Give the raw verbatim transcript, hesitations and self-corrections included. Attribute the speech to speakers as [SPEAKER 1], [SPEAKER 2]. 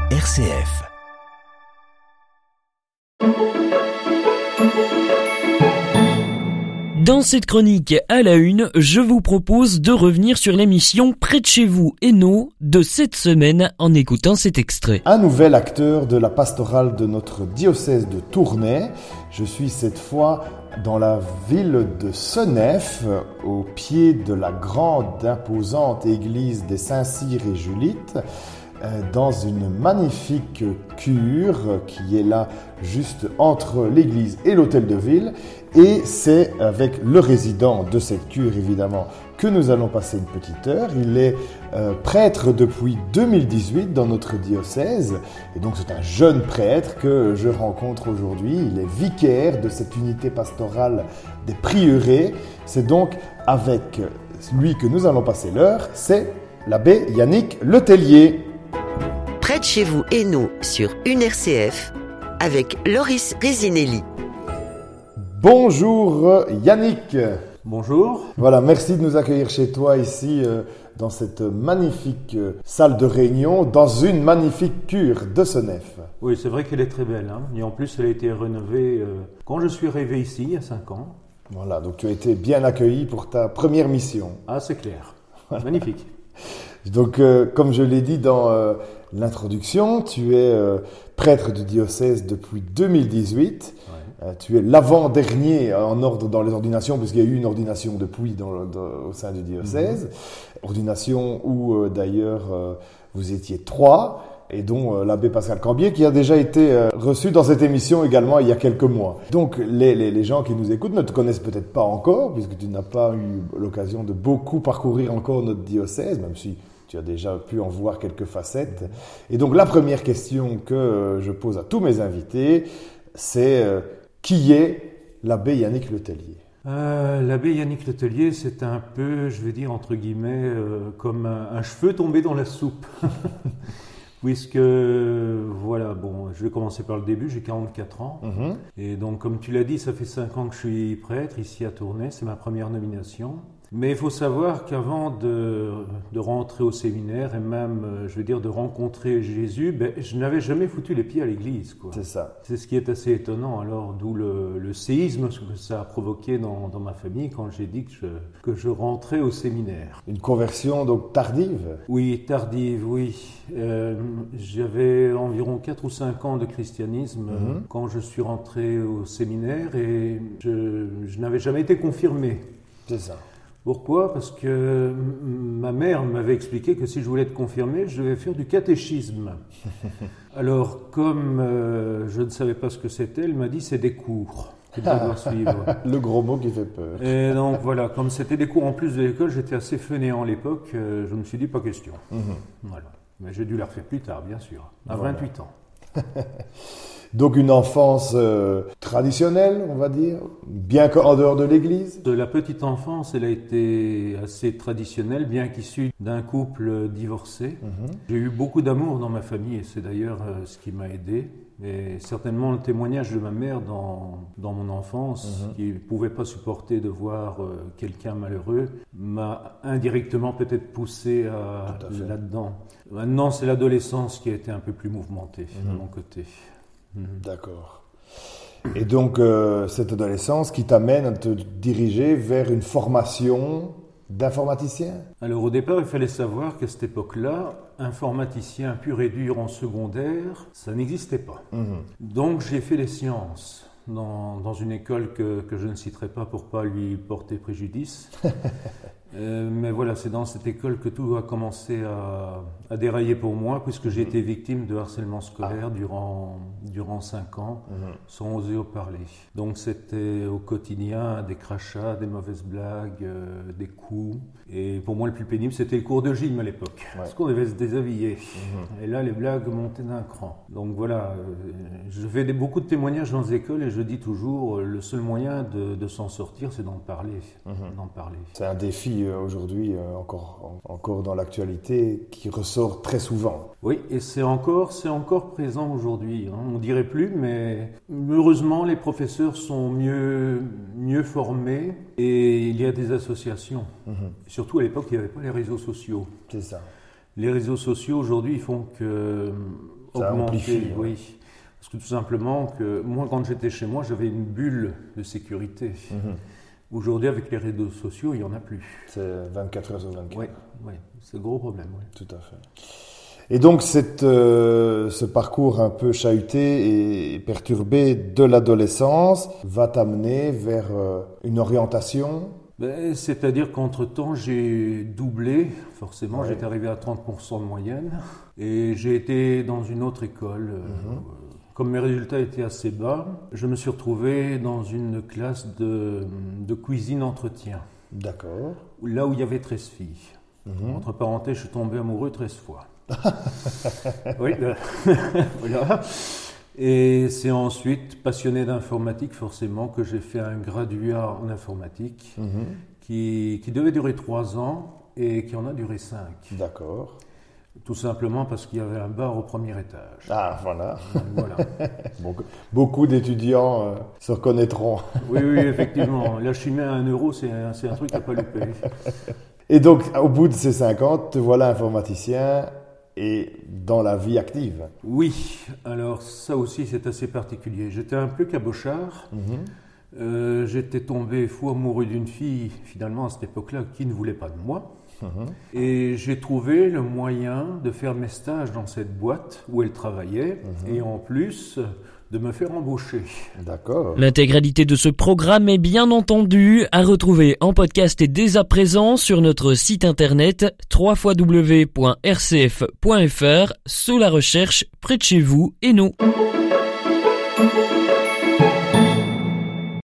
[SPEAKER 1] R C F.
[SPEAKER 2] Dans cette chronique à la une, je vous propose de revenir sur l'émission Près de chez vous Hainaut de cette semaine en écoutant cet extrait.
[SPEAKER 3] Un nouvel acteur de la pastorale de notre diocèse de Tournai. Je suis cette fois dans la ville de Senef, au pied de la grande imposante église des Saint-Cyr et Julitte, dans une magnifique cure qui est là juste entre l'église et l'hôtel de ville. Et c'est avec le résident de cette cure évidemment que nous allons passer une petite heure. Il est euh, prêtre depuis deux mille dix-huit dans notre diocèse et donc c'est un jeune prêtre que je rencontre aujourd'hui. Il est vicaire de cette unité pastorale des prieurés. C'est donc avec lui que nous allons passer l'heure, c'est l'abbé Yannick Letellier.
[SPEAKER 4] Près de chez vous Hainaut sur une R C F avec Loris Resinelli.
[SPEAKER 3] Bonjour Yannick.
[SPEAKER 5] Bonjour.
[SPEAKER 3] Voilà, merci de nous accueillir chez toi ici euh, dans cette magnifique euh, salle de réunion, dans une magnifique cure de Senef.
[SPEAKER 5] Oui, c'est vrai qu'elle est très belle, hein. Et en plus elle a été rénovée euh, quand je suis arrivé ici, il y a cinq ans.
[SPEAKER 3] Voilà, donc tu as été bien accueilli pour ta première mission.
[SPEAKER 5] Ah, c'est clair. Magnifique.
[SPEAKER 3] Donc, euh, comme je l'ai dit dans euh, l'introduction, tu es euh, prêtre du diocèse depuis deux mille dix-huit. Ouais. Euh, tu es l'avant-dernier en ordre dans les ordinations, puisqu'il y a eu une ordination depuis dans, dans, au sein du diocèse. Mm-hmm. Ordination où, euh, d'ailleurs, euh, vous étiez trois, et dont euh, l'abbé Pascal Cambier, qui a déjà été euh, reçu dans cette émission également il y a quelques mois. Donc, les, les, les gens qui nous écoutent ne te connaissent peut-être pas encore, puisque tu n'as pas eu l'occasion de beaucoup parcourir encore notre diocèse, même si tu as déjà pu en voir quelques facettes. Et donc, la première question que euh, je pose à tous mes invités, c'est euh, qui est l'abbé Yannick Letellier ?
[SPEAKER 5] euh, L'abbé Yannick Letellier, c'est un peu, je vais dire entre guillemets, euh, comme un, un cheveu tombé dans la soupe. Puisque, voilà, bon, je vais commencer par le début, j'ai quarante-quatre ans. Mmh. Et donc, comme tu l'as dit, ça fait cinq ans que je suis prêtre ici à Tournai, c'est ma première nomination. Mais il faut savoir qu'avant de, de rentrer au séminaire et même, je veux dire, de rencontrer Jésus, ben, je n'avais jamais foutu les pieds à l'église, quoi.
[SPEAKER 3] C'est ça.
[SPEAKER 5] C'est ce qui est assez étonnant. Alors, d'où le, le séisme que ça a provoqué dans, dans ma famille quand j'ai dit que je, que je rentrais au séminaire.
[SPEAKER 3] Une conversion donc tardive ?
[SPEAKER 5] Oui, tardive, oui. Euh, j'avais environ quatre ou cinq ans de christianisme mm-hmm. quand je suis rentré au séminaire et je, je n'avais jamais été confirmé.
[SPEAKER 3] C'est ça.
[SPEAKER 5] Pourquoi ? Parce que ma mère m'avait expliqué que si je voulais être confirmé, je devais faire du catéchisme. Alors, comme euh, je ne savais pas ce que c'était, elle m'a dit c'est des cours que tu dois suivre.
[SPEAKER 3] Le gros mot qui fait peur.
[SPEAKER 5] Et donc voilà, comme c'était des cours en plus de l'école, j'étais assez fainéant à l'époque, euh, je me suis dit pas question. Mm-hmm. Voilà. Mais j'ai dû la refaire plus tard, bien sûr, à voilà. vingt-huit ans.
[SPEAKER 3] Donc une enfance euh, traditionnelle, on va dire, bien qu'en dehors de l'église.
[SPEAKER 5] De la petite enfance, elle a été assez traditionnelle, bien qu'issue d'un couple divorcé. Mm-hmm. J'ai eu beaucoup d'amour dans ma famille et c'est d'ailleurs euh, ce qui m'a aidé. Et certainement le témoignage de ma mère dans, dans mon enfance, mm-hmm. qui ne pouvait pas supporter de voir euh, quelqu'un malheureux, m'a indirectement peut-être poussé à, à là-dedans. Maintenant, c'est l'adolescence qui a été un peu plus mouvementée mm-hmm. de mon côté.
[SPEAKER 3] D'accord. Et donc, euh, cette adolescence qui t'amène à te diriger vers une formation d'informaticien ?
[SPEAKER 5] Alors, au départ, il fallait savoir qu'à cette époque-là, informaticien pur et dur en secondaire, ça n'existait pas. Mmh. Donc, j'ai fait les sciences dans, dans une école que, que je ne citerai pas pour ne pas lui porter préjudice. Euh, mais voilà, c'est dans cette école que tout a commencé à, à dérailler pour moi, puisque j'ai été victime de harcèlement scolaire ah. durant, durant cinq ans, mmh. sans oser en parler. Donc c'était au quotidien des crachats, des mauvaises blagues, euh, des coups. Et pour moi, le plus pénible, c'était le cours de gym à l'époque, ouais. parce qu'on devait se déshabiller. Mmh. Et là, les blagues montaient d'un cran. Donc voilà, euh, je fais des, beaucoup de témoignages dans les écoles et je dis toujours, euh, le seul moyen de, de s'en sortir, c'est d'en parler. Mmh. d'en parler.
[SPEAKER 3] C'est un défi aujourd'hui, encore, encore dans l'actualité, qui ressort très souvent.
[SPEAKER 5] Oui, et c'est encore, c'est encore présent aujourd'hui. Hein. On ne dirait plus, mais heureusement, les professeurs sont mieux, mieux formés et il y a des associations. Mmh. Surtout à l'époque, il n'y avait pas les réseaux sociaux.
[SPEAKER 3] C'est ça.
[SPEAKER 5] Les réseaux sociaux aujourd'hui, ils font que
[SPEAKER 3] Ça
[SPEAKER 5] augmenté,
[SPEAKER 3] amplifie,
[SPEAKER 5] oui.
[SPEAKER 3] ouais.
[SPEAKER 5] Parce que tout simplement, que moi, quand j'étais chez moi, j'avais une bulle de sécurité. Mm-hmm. Aujourd'hui, avec les réseaux sociaux, il n'y en a plus.
[SPEAKER 3] C'est vingt-quatre heures sur vingt-quatre.
[SPEAKER 5] Oui, oui, c'est un gros problème. Oui.
[SPEAKER 3] Tout à fait. Et donc, cette, euh, ce parcours un peu chahuté et perturbé de l'adolescence va t'amener vers euh, une orientation.
[SPEAKER 5] Ben, c'est-à-dire qu'entre-temps, j'ai doublé, forcément,
[SPEAKER 3] Ouais.
[SPEAKER 5] j'étais arrivé à trente pour cent de moyenne, et j'ai été dans une autre école.
[SPEAKER 3] Mm-hmm.
[SPEAKER 5] Euh, comme mes résultats étaient assez bas, je me suis retrouvé dans une classe de, de cuisine-entretien.
[SPEAKER 3] D'accord.
[SPEAKER 5] Là où il y avait treize filles.
[SPEAKER 3] Mm-hmm.
[SPEAKER 5] Entre parenthèses, je suis tombé amoureux treize fois. Oui, euh, voilà. Et c'est ensuite, passionné d'informatique forcément, que j'ai fait un graduat en informatique
[SPEAKER 3] Mm-hmm.
[SPEAKER 5] qui, qui devait durer trois ans et qui en a duré cinq.
[SPEAKER 3] D'accord.
[SPEAKER 5] Tout simplement parce qu'il y avait un bar au premier étage.
[SPEAKER 3] Ah, voilà.
[SPEAKER 5] Voilà.
[SPEAKER 3] Beaucoup, beaucoup d'étudiants euh, se reconnaîtront.
[SPEAKER 5] Oui, oui, effectivement. La chimie à un euro, c'est un, c'est un truc à pas louper.
[SPEAKER 3] Et donc, au bout de ces cinquante, te voilà informaticien et dans la vie active.
[SPEAKER 5] Oui, alors ça aussi c'est assez particulier. J'étais un peu cabochard.
[SPEAKER 3] Mm-hmm.
[SPEAKER 5] Euh, j'étais tombé fou amoureux d'une fille, finalement à cette époque-là, qui ne voulait pas de moi.
[SPEAKER 3] Mm-hmm.
[SPEAKER 5] Et j'ai trouvé le moyen de faire mes stages dans cette boîte où elle travaillait,
[SPEAKER 3] Mm-hmm.
[SPEAKER 5] et en plus de me faire embaucher.
[SPEAKER 3] D'accord.
[SPEAKER 2] L'intégralité de ce programme est bien entendu à retrouver en podcast et dès à présent sur notre site internet w w w point r c f point f r sous la recherche près de chez vous et nous.